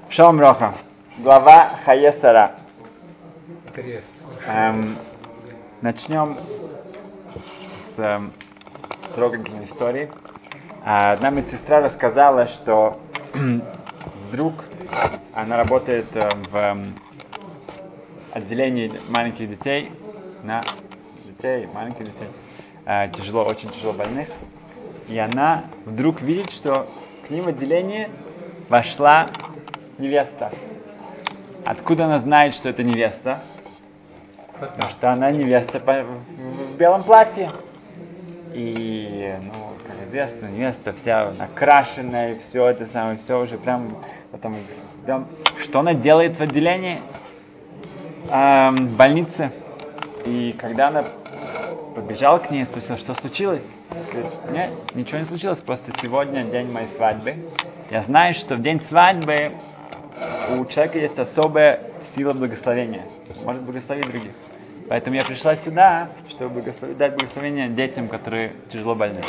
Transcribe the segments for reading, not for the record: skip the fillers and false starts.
Шалом Роха. Глава Хае Сара. Начнем с трогательной истории. Одна медсестра рассказала, что вдруг она работает в отделении маленьких детей, маленьких детей, очень тяжело больных. И она вдруг видит, что к ним в отделение вошла невеста. Откуда она знает, что это невеста? Потому что она невеста в белом платье. И, как известно, невеста вся накрашенная, все это самое, все уже прям потом. Что она делает в отделении больницы? И когда она побежала к ней и спросила, что случилось? Говорит, нет, ничего не случилось, просто сегодня день моей свадьбы. Я знаю, что в день свадьбы у человека есть особая сила благословения. Может благословить других. Поэтому я пришла сюда, чтобы дать благословение детям, которые тяжело больны.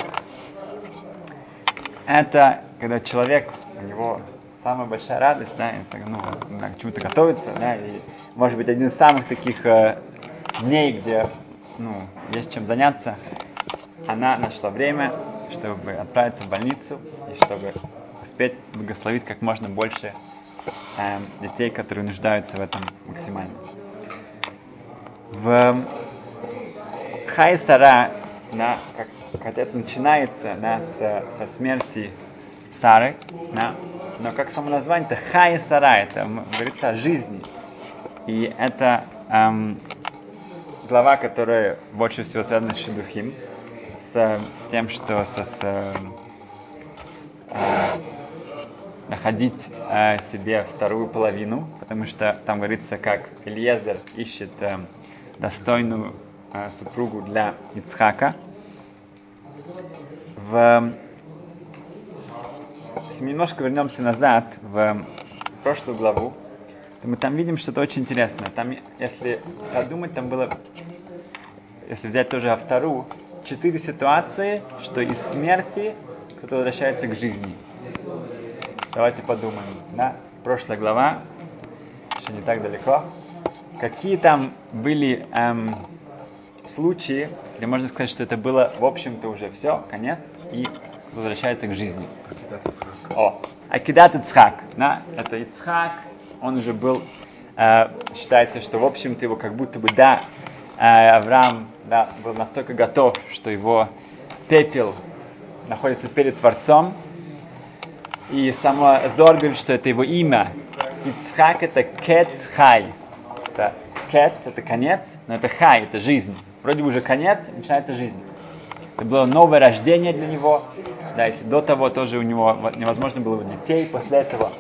Это когда человек, у него самая большая радость, да, к чему-то готовится, да, и может быть один из самых таких дней, где есть чем заняться. Она нашла время, чтобы отправиться в больницу и чтобы успеть благословить как можно больше детей, которые нуждаются в этом максимально. В Хае Сара, когда это начинается со смерти Сары, но как само название, это Хае Сара, это говорится о жизни. И это глава, которая больше всего связана с Шидухим, с тем, что находить себе вторую половину, потому что там говорится, как Элиезер ищет достойную супругу для Ицхака. Если мы немножко вернемся назад в прошлую главу, то мы там видим что-то очень интересное. Там, если подумать, там было, если взять тоже Автору, 4 ситуации, что из смерти кто-то возвращается к жизни. Давайте подумаем. Да? Прошлая глава, еще не так далеко. Какие там были случаи, где можно сказать, что это было, в общем-то, уже все, конец, и возвращается к жизни. Акидат Ицхак. Да? Это Ицхак, он уже был, считается, что, в общем-то, его как будто бы, Авраам был настолько готов, что его пепел находится перед Творцом. И само Зор говорит, что это его имя. Ицхак это Кец Хай. Это Кец, это конец, но это Хай, это жизнь. Вроде бы уже конец, начинается жизнь. Это было новое рождение для него. Да, если до того тоже у него невозможно было детей, после этого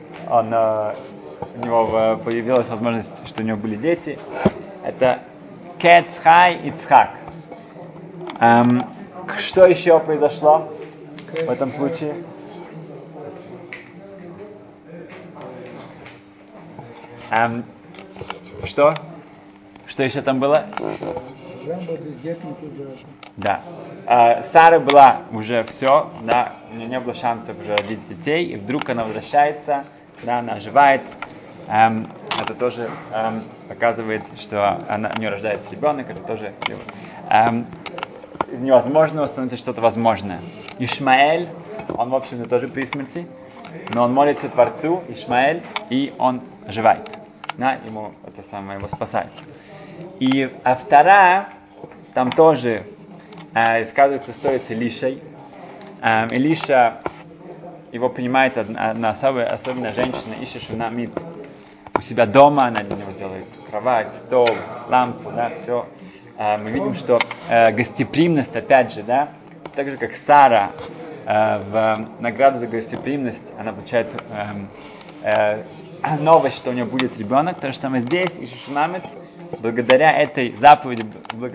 у него появилась возможность, что у него были дети. Это Кец Хай Ицхак. Что еще произошло в этом случае? Что? Что еще там было? Да. Сара была уже все, да, у нее не было шансов уже родить детей, и вдруг она возвращается, да, она оживает. Это тоже показывает, что у нее рождается ребенок, это тоже из невозможного становится что-то возможное. Ишмаэль, он, в общем-то, тоже при смерти, но он молится Творцу, Ишмаэль, и он оживает. Да, его спасает. И вторая, там тоже сказывается история с Илишей. Илиша, его понимает одна особенная женщина, Иша Шунамит, у себя дома, она для него делает кровать, стол, лампу, да, все. Мы видим, что гостеприимность, опять же, да, так же как Сара в награду за гостеприимность, она получает новость, что у нее будет ребенок. То же самое здесь, Иша Шунамит, благодаря этой заповеди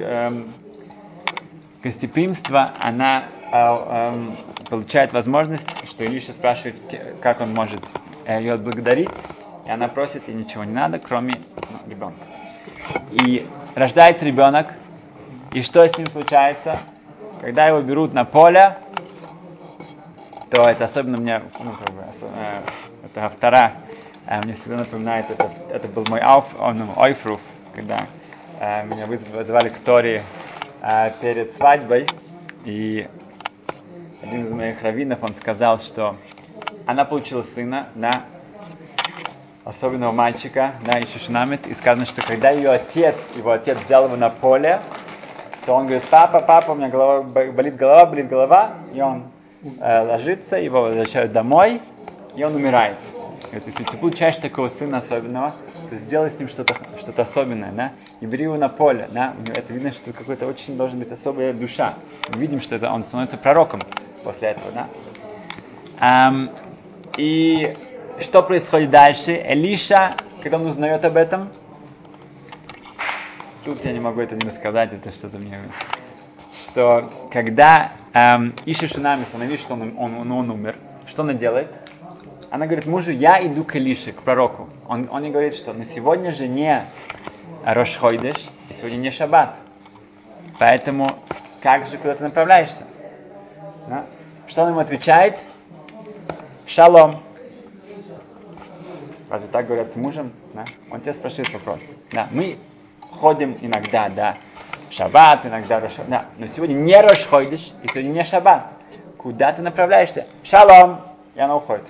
гостеприимства, она получает возможность, что Илиша спрашивает, как он может ее отблагодарить, и она просит, ей ничего не надо, кроме ребенка. И рождается ребенок, и что с ним случается? Когда его берут на поле, то это особенно мне, это вторая Мне всегда напоминает, это был мой ойфруф, когда меня вызывали к Торе перед свадьбой, и один из моих раввинов, он сказал, что она получила сына, да, особенного мальчика, да, и Шушунамит, и сказано, что когда его отец взял его на поле, то он говорит: папа, у меня болит голова, и он ложится, его возвращают домой, и он умирает. Говорит, если ты получаешь такого сына особенного, то сделай с ним что-то особенное, да, и бери его на поле, да, это видно, что какой-то очень должен быть особая душа. Мы видим, что он становится пророком после этого, да. И что происходит дальше? Элиша, когда он узнает об этом, тут я не могу это не рассказать, это что-то мне... Что когда Иша Шунами становит, что он умер, что она делает? Она говорит мужу: я иду к Элише, к пророку. Он не говорит, что на сегодня же не Рош Хойдеш, и сегодня не Шаббат. Поэтому как же, куда ты направляешься? Да? Что он ему отвечает? Шалом. Разве так говорят с мужем? Да? Он тебя спрашивает вопрос. Да, мы ходим иногда, да, в шаббат, иногда Рош, да, но сегодня не Рош Хойдеш, и сегодня не шаббат. Куда ты направляешься? Шалом! И она уходит.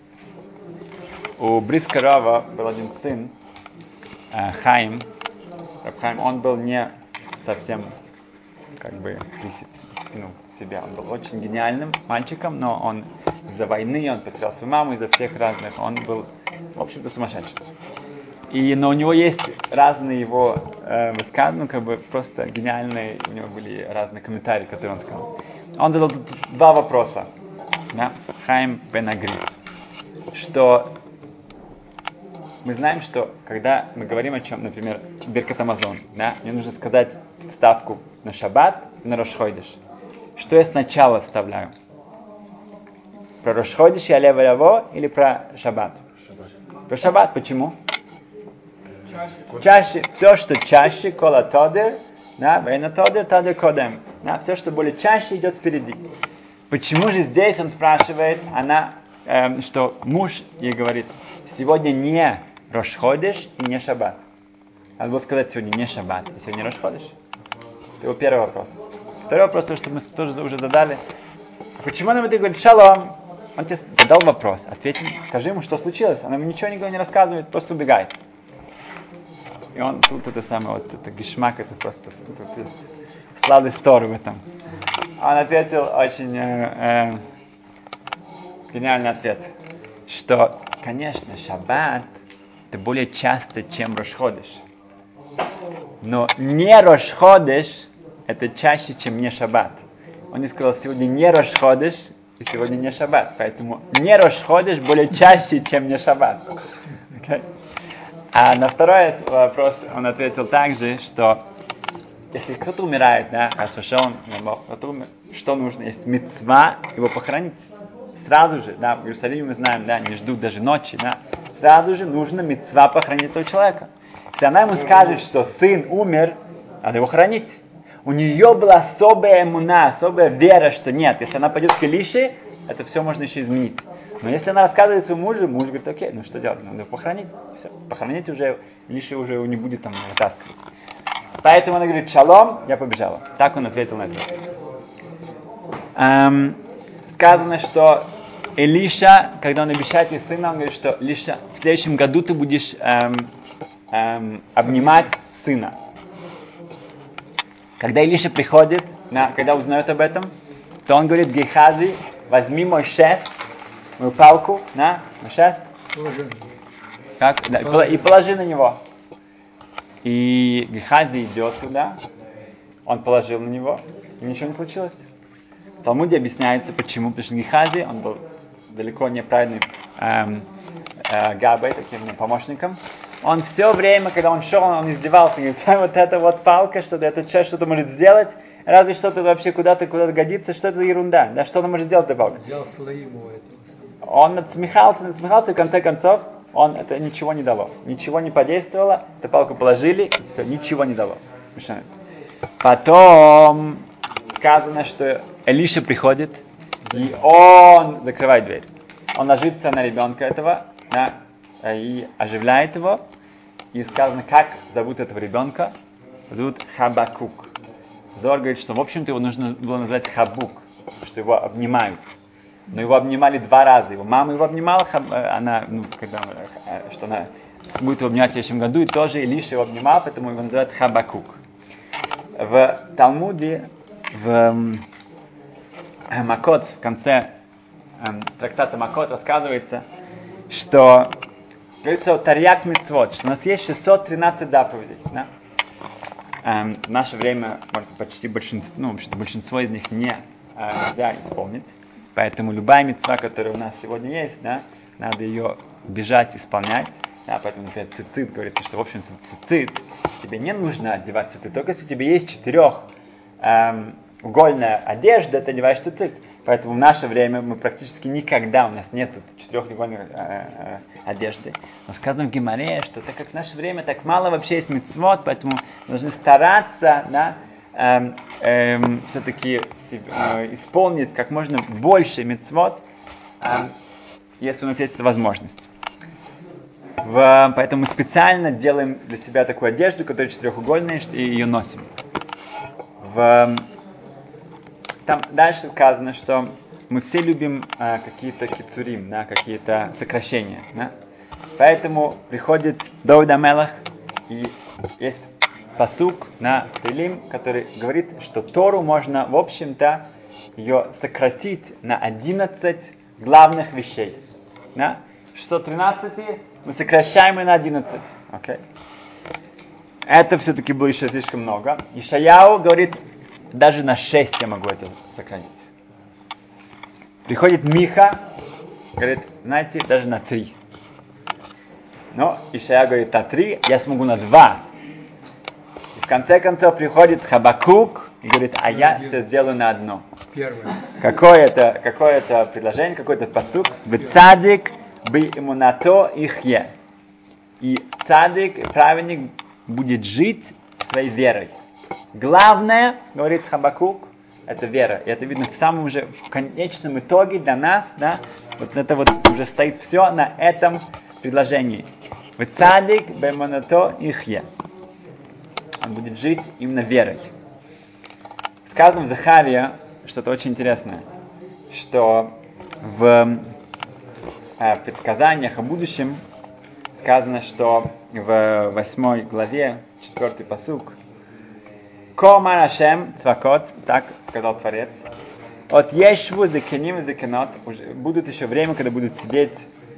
У Бриска Рава был один сын, Хаим. Хаим, он был не совсем в себе. Он был очень гениальным мальчиком, но он из-за войны, он потерял свою маму, из-за всех разных, он был, в общем-то, сумасшедший. Но у него есть разные его высказывания, просто гениальные, у него были разные комментарии, которые он сказал. Он задал тут два вопроса. Да? Хаим бен Агрис. Что мы знаем, что когда мы говорим о чем, например, Биркат Амазон, да, мне нужно сказать вставку на шаббат и на Рош Хойдеш. Что я сначала вставляю? Про Рош Хойдеш и Алева Яво или про шаббат? Про шаббат. Почему? Чаще, все, что чаще, кола тодер, да, вейна тодер, тодер кодем. Да, все, что более чаще, идет впереди. Почему же здесь он спрашивает, что муж ей говорит: сегодня не Рош Ходеш и не Шаббат. Надо было сказать: сегодня не Шаббат, и сегодня Рош Ходеш. Это его первый вопрос. Второй вопрос, то, что мы тоже уже задали. Почему она тебе говорит: шалом? Он тебе задал вопрос, ответь ему, скажи ему, что случилось. Она ему ничего не рассказывает, просто убегает. И он тут это гешмак, это просто тут есть сладость Торы в этом. Он ответил очень гениальный ответ, что, конечно, шаббат это более часто, чем Рош Ходеш. Но не Рош Ходеш это чаще, чем не шаббат. Он не сказал: сегодня не Рош Ходеш и сегодня не шаббат. Поэтому не Рош Ходеш более чаще, чем не шаббат. Okay? А на второй вопрос он ответил также, что если кто-то умирает, да, кто-то умер, что нужно? Есть мицва его похоронить. Сразу же, да, в Иерусалиме мы знаем, да, не ждут даже ночи, да, сразу же нужно мицва похоронить этого человека. Если она ему скажет, что сын умер, надо его хоронить. У нее была особая эмуна, особая вера, что нет, если она пойдет к Элише, это все можно еще изменить. Но если она рассказывает своему мужу, муж говорит: окей, ну что делать, надо его похоронить. Все, похоронить уже, Элиша уже не будет там вытаскивать. Поэтому она говорит: шалом, я побежала. Так он ответил на это. Сказано, что Элиша, когда он обещает ей сына, он говорит, что Элиша, в следующем году ты будешь обнимать сына. Когда Элиша приходит, когда узнает об этом, то он говорит: Гехази, возьми мой шест, мою палку, мой шест, и положи на него. И Гехази идет туда, он положил на него, и ничего не случилось. В Талмуде объясняется, почему. Потому что Гехази, он был далеко не праведный габой, таким помощником. Он все время, когда он шел, он издевался, говорит: вот эта вот палка, что-то, этот шест что-то может сделать, разве что-то вообще куда-то годится, что это за ерунда, да, что она может сделать, эта палка? Он насмехался, и в конце концов, это ничего не дало, ничего не подействовало, эту палку положили, и все, ничего не дало. Потом сказано, что Элиша приходит, и он закрывает дверь. Он ложится на ребенка этого, и оживляет его. И сказано, как зовут этого ребенка. Зовут Хабакук. Зоар говорит, что в общем-то его нужно было назвать Хабук, что его обнимают. Но его обнимали 2 раза. Его мама его обнимала, она, что она будет его обнимать в следующем году, и тоже Илиша его обнимал, поэтому его называют Хабакук. В Талмуде, в Макот, в конце трактата Макот рассказывается, что говорится о Тарьяк Мицвот, что у нас есть 613 заповедей. Да? В наше время, может, почти большинство из них нельзя исполнить. Поэтому любая мицва, которая у нас сегодня есть, да, надо ее бежать, исполнять. Да, поэтому, например, цицит, говорится, что, в общем-то, цицит, тебе не нужно одевать цицит. Только если у тебя есть 4-угольная одежда, ты одеваешь цицит. Поэтому в наше время мы практически никогда, у нас нет 4-угольной одежды. Но сказано в Гемаре, что так как в наше время так мало вообще есть мицвот, поэтому мы должны стараться, да, все-таки исполнить как можно больше мицвот, если у нас есть эта возможность. Поэтому мы специально делаем для себя такую одежду, которая 4-угольная, и ее носим. Там дальше сказано, что мы все любим какие-то кицурим, да, какие-то сокращения. Да? Поэтому приходит Давид ха-Мелех, и есть пасук на Теилим, который говорит, что Тору можно, в общем-то, ее сократить на 11 главных вещей. Да? 613 мы сокращаем на 11. Okay. Это все-таки было еще слишком много. И Ишаяу говорит, даже на 6 я могу это сократить. Приходит Миха, говорит, знаете, даже на 3. Но Ишаяу говорит, на 3 я смогу на 2. И в конце концов приходит Хабакук и говорит, а я все сделаю на 1. Какое это предложение, какой-то пасук? Бецадик бы имунато ихе. И цадик, праведник, будет жить своей верой. Главное, говорит Хабакук, это вера. И это видно в самом же в конечном итоге для нас, да, вот это вот уже стоит все на этом предложении. Бецадик бы имунато ихе. Он будет жить именно верой. Сказано в Захария что-то очень интересное, что в предсказаниях о будущем сказано, что в 8 главе, 4 пасук, Комар Ашем Цвакот, так сказал Творец, от Ешву Зекеним и Зекенот, будут еще время, когда будут сидеть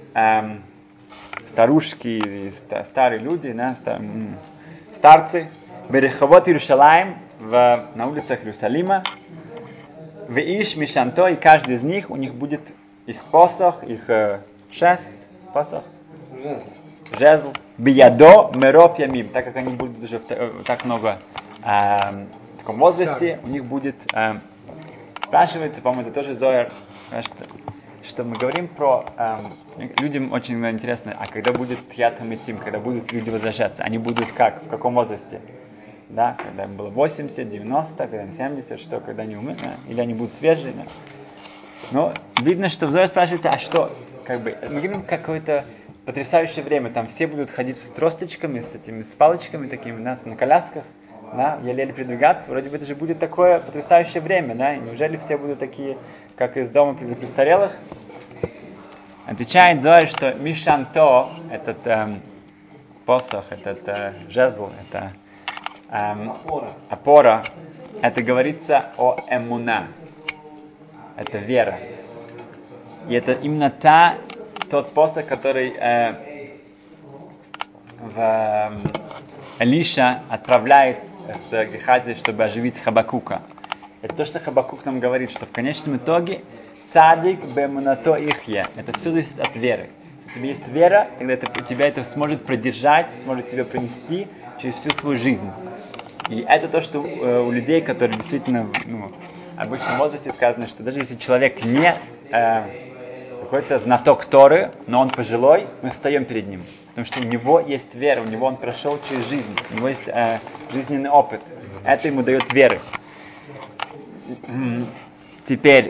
старушки и старые люди, да, старцы, Береховот Иерушалаим, на улицах Иерусалима, в Иш Мишанто, и каждый из них, у них будет их посох, их шест, посох, жезл, биядо меров ямим, так как они будут уже так много в таком возрасте, у них будет, спрашивается, по-моему, это тоже Зояр, что мы говорим про, людям очень интересно, а когда будет Тхият ха-Метим, когда будут люди возвращаться, они будут как, в каком возрасте? Да, когда им было 80, 90, когда им 70, что, когда они умрут, да? Или они будут свежие. Да? Но видно, что в Зоре спрашивается, а что, как бы, мы говорим какое-то потрясающее время, там все будут ходить с тросточками, с палочками такими, да, на колясках, да, еле-еле передвигаться, вроде бы это же будет такое потрясающее время, да, и неужели все будут такие, как из дома престарелых? Отвечает Зоре, что Мишанто, этот посох, этот жезл, это опора, это говорится о эмуна, это вера. И это именно тот посох, который Илиша отправляет с Гехази, чтобы оживить Хабакука. Это то, что Хабакук нам говорит, что в конечном итоге цадик бэмунато ихье. Это все зависит от веры. Если у тебя есть вера, тогда тебя это сможет продержать, сможет тебя пронести через всю твою жизнь. И это то, что у людей, которые действительно в обычном возрасте сказано, что даже если человек не какой-то знаток Торы, но он пожилой, мы встаем перед ним. Потому что у него есть вера, у него он прошел через жизнь, у него есть жизненный опыт. Это ему дает веры. Теперь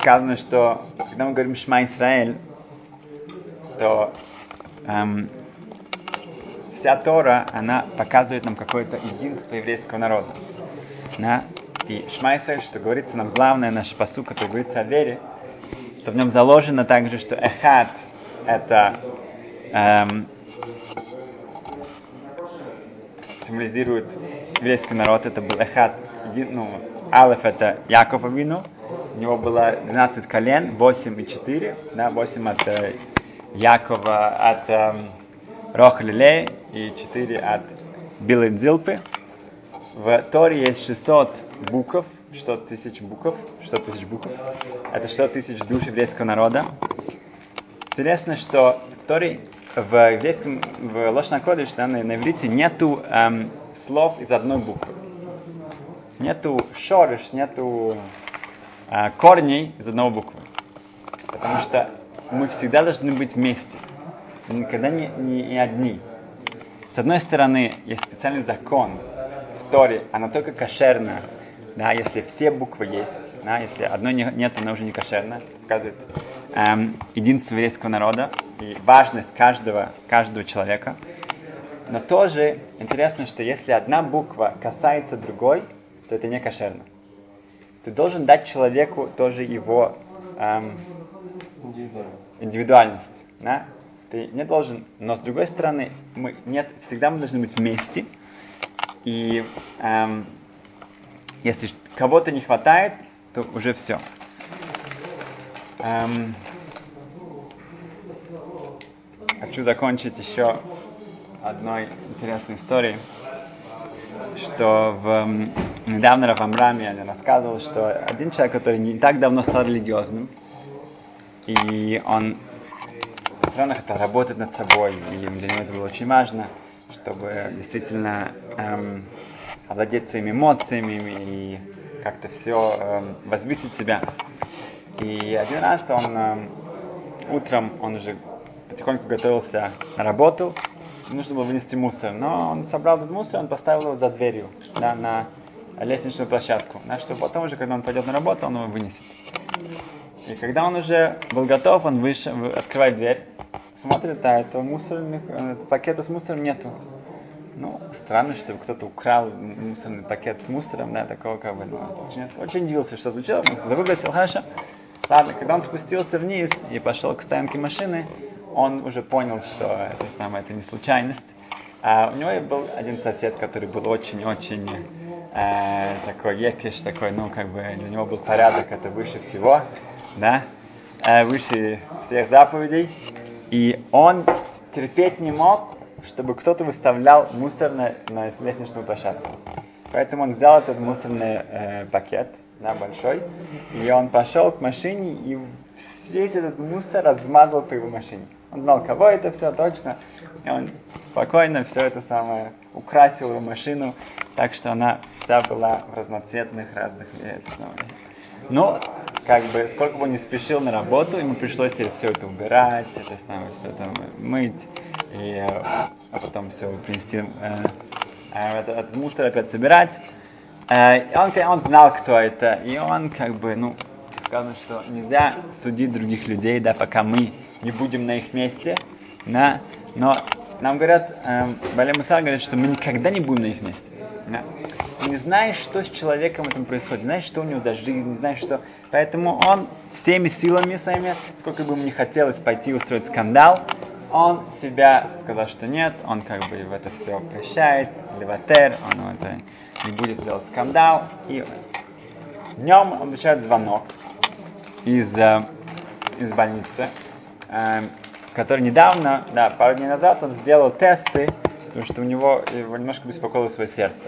сказано, что когда мы говорим Шма Исраэль, то вся Тора, она показывает нам какое-то единство еврейского народа. Да? И Шма Исраэль, что говорится нам, главное наш пасук, который говорится о вере, то в нем заложено также, что Эхад — это символизирует еврейский народ, это был Эхад, Алеф — это Яков Авину, у него было 12 колен, 8 и 4, да, 8 от Якова, от Рохли Леи и 4 от Билы Дзилпы. В Торе есть 600 букв, 600 тысяч букв. Это 600 тысяч душ еврейского народа. Интересно, что в Торе, в еврейском, в Лошон ха-Кодеш, да, на иврите нету слов из одной буквы. Нету шореш, нету корней из одной буквы. Потому что мы всегда должны быть вместе. Мы никогда не одни. С одной стороны, есть специальный закон в Торе, она только кошерна, да, если все буквы есть, да, если одной нет, она уже не кошерна, показывает единство еврейского народа и важность каждого человека. Но тоже интересно, что если одна буква касается другой, то это не кошерно. Ты должен дать человеку тоже его индивидуальность. Да? Ты не должен, но с другой стороны, всегда мы должны быть вместе. И если кого-то не хватает, то уже все. Хочу закончить еще одной интересной историей, что недавно Рав Амрам рассказывал, что один человек, который не так давно стал религиозным, и он постоянно хотел работать над собой, и для него это было очень важно, чтобы действительно овладеть своими эмоциями и как-то все возвысить себя. И один раз утром он уже потихоньку готовился на работу, нужно было вынести мусор, но он собрал этот мусор, он поставил его за дверью, да, на лестничную площадку, да, чтобы потом уже, когда он пойдет на работу, он его вынесет. И когда он уже был готов, он открывает дверь, смотрит, а этого пакета с мусором нету. Ну, странно, что кто-то украл мусорный пакет с мусором, да, такого как бы, очень удивился, что случилось, он выбросил, хорошо. Ладно, когда он спустился вниз и пошел к стоянке машины, он уже понял, что это не случайность. У него был один сосед, который был очень-очень такой екиш, такой, для него был порядок, это выше всего, да, выше всех заповедей. И он терпеть не мог, чтобы кто-то выставлял мусор на лестничную площадку. Поэтому он взял этот мусорный пакет, да, большой, и он пошел к машине и весь этот мусор размазал по его машине. Он знал, кого это все точно, и он спокойно все это самое украсил его машину, так что она вся была в разноцветных разных. Но сколько бы он не спешил на работу, ему пришлось теперь все это убирать, все это мыть, а потом все принести, этот мусор опять собирать. И он знал, кто это, и он сказано, что нельзя судить других людей, да, пока мы не будем на их месте, да, но нам говорят, Балей Мусар говорит, что мы никогда не будем на их месте. Да. Ты не знаешь, что с человеком этом происходит, не знаешь, что у него за жизнь, не знаешь, что. Поэтому он всеми силами своими, сколько бы ему не хотелось пойти устроить скандал, он себя сказал, что нет, он в это все прощает, леватер, он это не будет делать скандал. И днем он получает звонок из больницы, который недавно, да, пару дней назад он сделал тесты, потому что его немножко беспокоило свое сердце.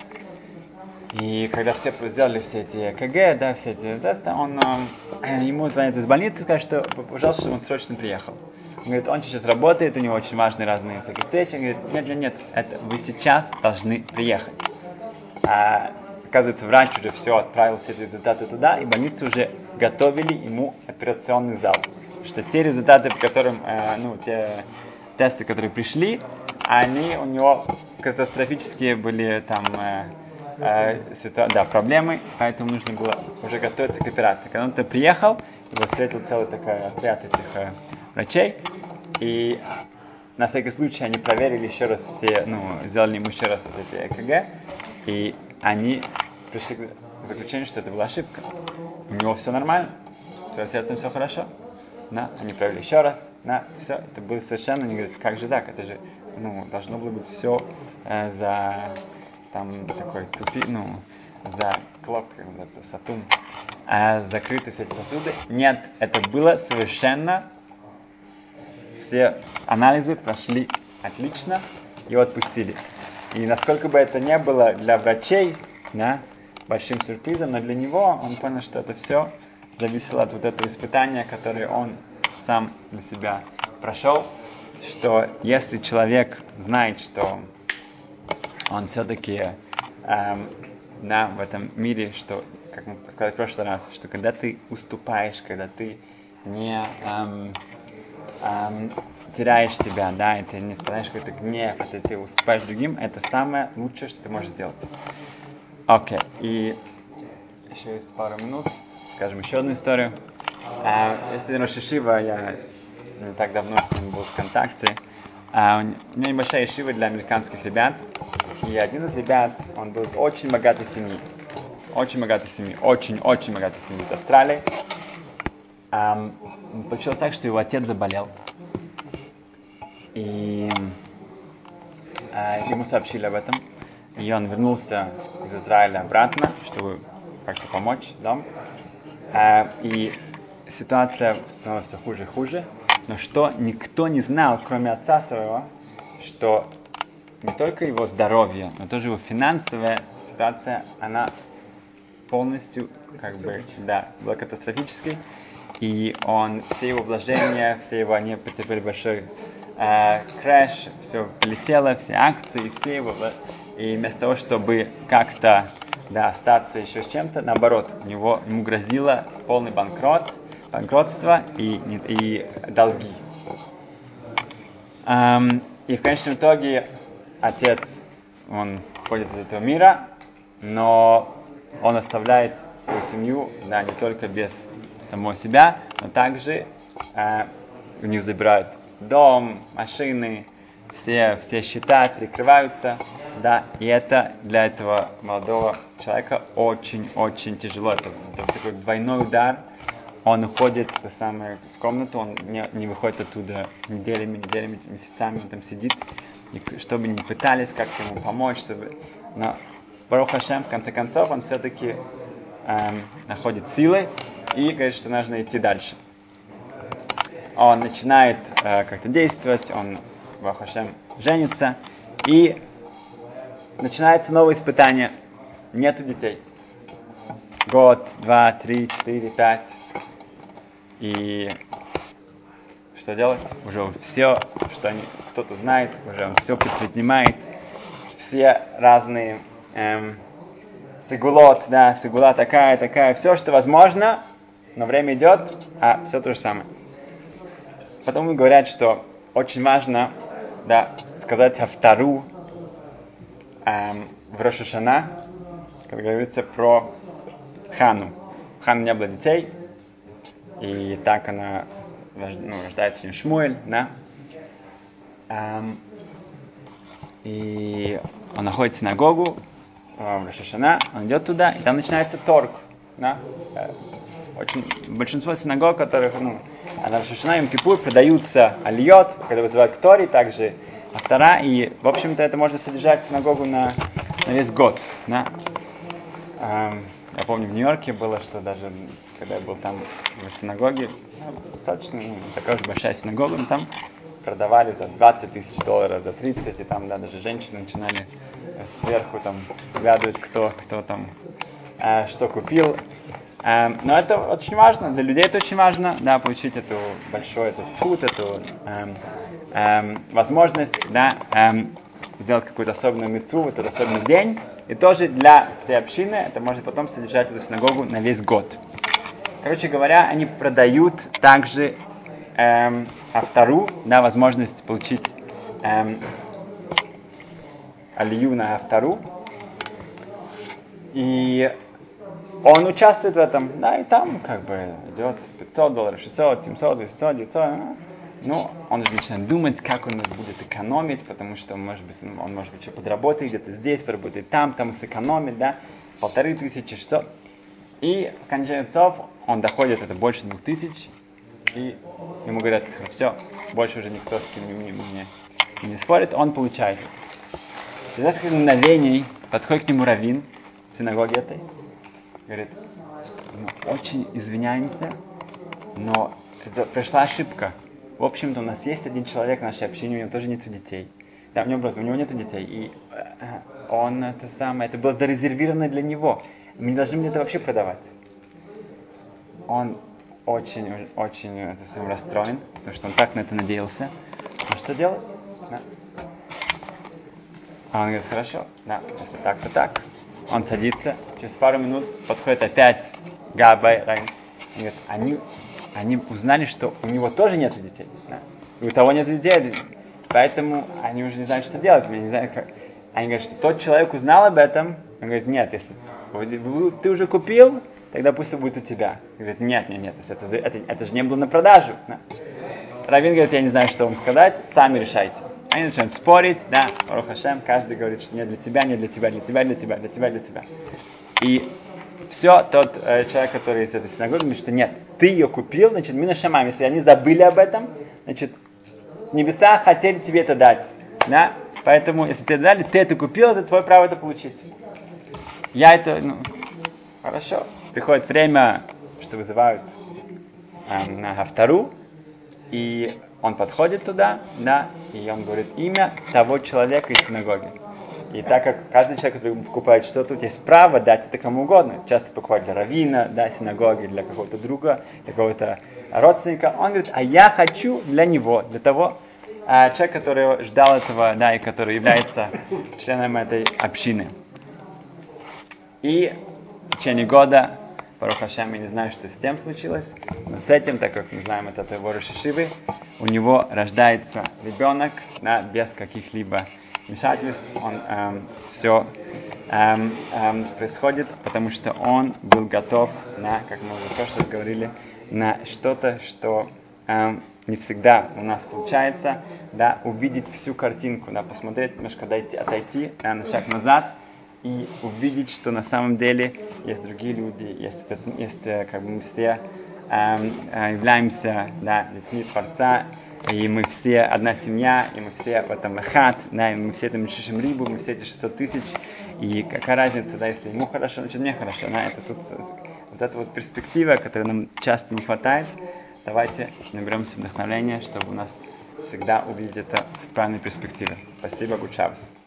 И когда все сделали все эти ЭКГ, да, все эти тесты, ему звонят из больницы и сказать, что, пожалуйста, чтобы он срочно приехал. Он говорит, он сейчас работает, у него очень важные разные всякие встречи. Он говорит, нет, вы сейчас должны приехать. Оказывается, врач уже все отправил все эти результаты туда, и больницы уже готовили ему операционный зал. Что те результаты, по которым, те тесты, которые пришли, они у него катастрофические были там проблемы, поэтому нужно было уже готовиться к операции. Когда он туда приехал, его встретил целый такой отряд этих врачей, и на всякий случай они проверили еще раз все, сделали ему еще раз вот эти ЭКГ, и они пришли к заключению, что это была ошибка. У него все нормально, с его сердцем все хорошо. Они проверили еще раз, все, это было совершенно, они говорят, как же так, это же, должно было быть все за, там, такой за клок, за сатум, закрыты все эти сосуды. Нет, это было совершенно, все анализы прошли отлично, его отпустили. И насколько бы это не было для врачей, большим сюрпризом, но для него он понял, что это все зависело от вот этого испытания, которое он сам для себя прошел, что если человек знает, что он все-таки в этом мире, что, как мы сказали в прошлый раз, что когда ты уступаешь, когда ты не теряешь себя, и ты не впадаешь в какой-то гнев, ты уступаешь другим, это самое лучшее, что ты можешь сделать. Окей, и еще есть пару минут. Скажем еще одну историю. Если Рош Ешива, я не так давно с ним был в контакте. У меня небольшая ешива для американских ребят. И один из ребят, он был из очень богатой семьи. Очень богатой семьи. Очень-очень богатой семьи из Австралии. Получилось так, что его отец заболел. И ему сообщили об этом. И он вернулся из Израиля обратно, чтобы как-то помочь дому. И ситуация становится хуже и хуже. Но что никто не знал, кроме отца своего, что не только его здоровье, но тоже его финансовая ситуация, она полностью, была катастрофической. И все его вложения, они потерпели большой крэш, все полетело, все акции, все его... И вместо того, чтобы как-то остаться еще с чем-то, наоборот, ему грозило полный банкротство и долги. И в конечном итоге отец, он уходит из этого мира, но он оставляет свою семью, не только без самого себя, но также у них забирают дом, машины, все счета перекрываются. И это для этого молодого человека очень-очень тяжело. Это такой двойной удар. Он уходит в комнату, он не выходит оттуда неделями, месяцами, он там сидит. И чтобы не пытались как-то ему помочь, но Барух Хашем, в конце концов, он все-таки находит силы и говорит, что нужно идти дальше. Он начинает как-то действовать, он, Барух Хашем, женится, и начинается новое испытание. Нету детей. Год, 2, 3, 4, 5. И что делать? Уже все, что кто-то знает, уже он все предпринимает. Все разные сигула такая, все, что возможно, но время идет, а все то же самое. Потом говорят, что очень важно сказать Хафтару в Рош ха-Шана, как говорится про Хану. У Ханы не было детей, и так она рождается у нее Шмуэль, и он находит синагогу в Рош ха-Шана, он идет туда, и там начинается торг. Большинство синагог, которых на Рош ха-Шана и Йом-Кипур продаются алиот, когда вызывают к Торе, также Автора, и, в общем-то, это можно содержать синагогу на весь год. Я помню, в Нью-Йорке было, что даже, когда я был там в синагоге, достаточно, такая же большая синагога, но там продавали за $20 тысяч, за 30, и там, даже женщины начинали сверху там глядывать, кто там что купил. Но это очень важно, для людей это очень важно, получить эту большую цхут, эту возможность, сделать какую-то особенную мицву в этот особенный день. И тоже для всей общины это может потом содержать эту синагогу на весь год. Короче говоря, они продают также Афтару, возможность получить алию на Афтару. И он участвует в этом, да, и там как бы идет $500, 600, 700, 800, 900. Ну, он уже начинает думать, как он будет экономить, потому что, может быть, он может быть еще подработает где-то здесь, поработает там сэкономит, да, 1500, что. И в конце концов он доходит, это больше 2000, и ему говорят, все, больше уже никто с кем не спорит, он получает. Через несколько мгновений подходит к нему раввин в синагоге этой, говорит, мы очень извиняемся, но это пришла ошибка. В общем-то, у нас есть один человек в нашей общине, у него тоже нет детей. Да, у него нет детей, и он это было зарезервировано для него. Мы не должны это вообще продавать. Он очень расстроен, потому что он так на это надеялся. Ну что делать? Да. А он говорит, хорошо, да, если так, то так. Он садится, через пару минут подходит опять Габай, он говорит, они узнали, что у него тоже нет детей. Да? И у того нет детей, поэтому они уже не знают, что делать. Не знают, как. Они говорят, что тот человек узнал об этом. Он говорит, нет, если ты уже купил, тогда пусть это будет у тебя. Он говорит, нет, это же не было на продажу. Да? Раввин говорит, я не знаю, что вам сказать, сами решайте. Они начинают спорить, да, Барух Ашем, каждый говорит, что не для тебя, не для тебя, для тебя, для тебя, для тебя, для тебя. И все, тот человек, который из этой синагоги, говорит, что нет, ты ее купил, значит, мина шамам, если они забыли об этом, значит, небеса хотели тебе это дать, да, поэтому, если тебе дали, ты это купил, это твое право это получить. Хорошо, приходит время, что вызывают на Хафтару, и он подходит туда, да, и он говорит имя того человека из синагоги. И так как каждый человек, который покупает что-то, у тебя есть право дать это кому угодно. Часто покупают для раввина, да, синагоги, для какого-то друга, для какого-то родственника. Он говорит, а я хочу для него, для того человека, который ждал этого, да, и который является членом этой общины. И в течение года, Барух Ашем, я не знаю, что с тем случилось, но с этим, так как мы знаем, это его Рош ха-Шивы, у него рождается ребенок, да, без каких-либо вмешательств. Все происходит, потому что он был готов на, как мы уже в прошлый раз говорили, на что-то, что не всегда у нас получается, да, увидеть всю картинку, да, посмотреть, немножко отойти на шаг назад и увидеть, что на самом деле есть другие люди, есть как бы мы все являемся, да, детьми Творца, и мы все одна семья, и мы все в этом эхат, да, и мы все там шишим рибу, мы все эти 600 тысяч, и какая разница, да, если ему хорошо, значит мне хорошо, да, это тут вот эта вот перспектива, которой нам часто не хватает. Давайте наберемся вдохновения, чтобы у нас всегда увидеть это в правильной перспективе. Спасибо, Гудшабас.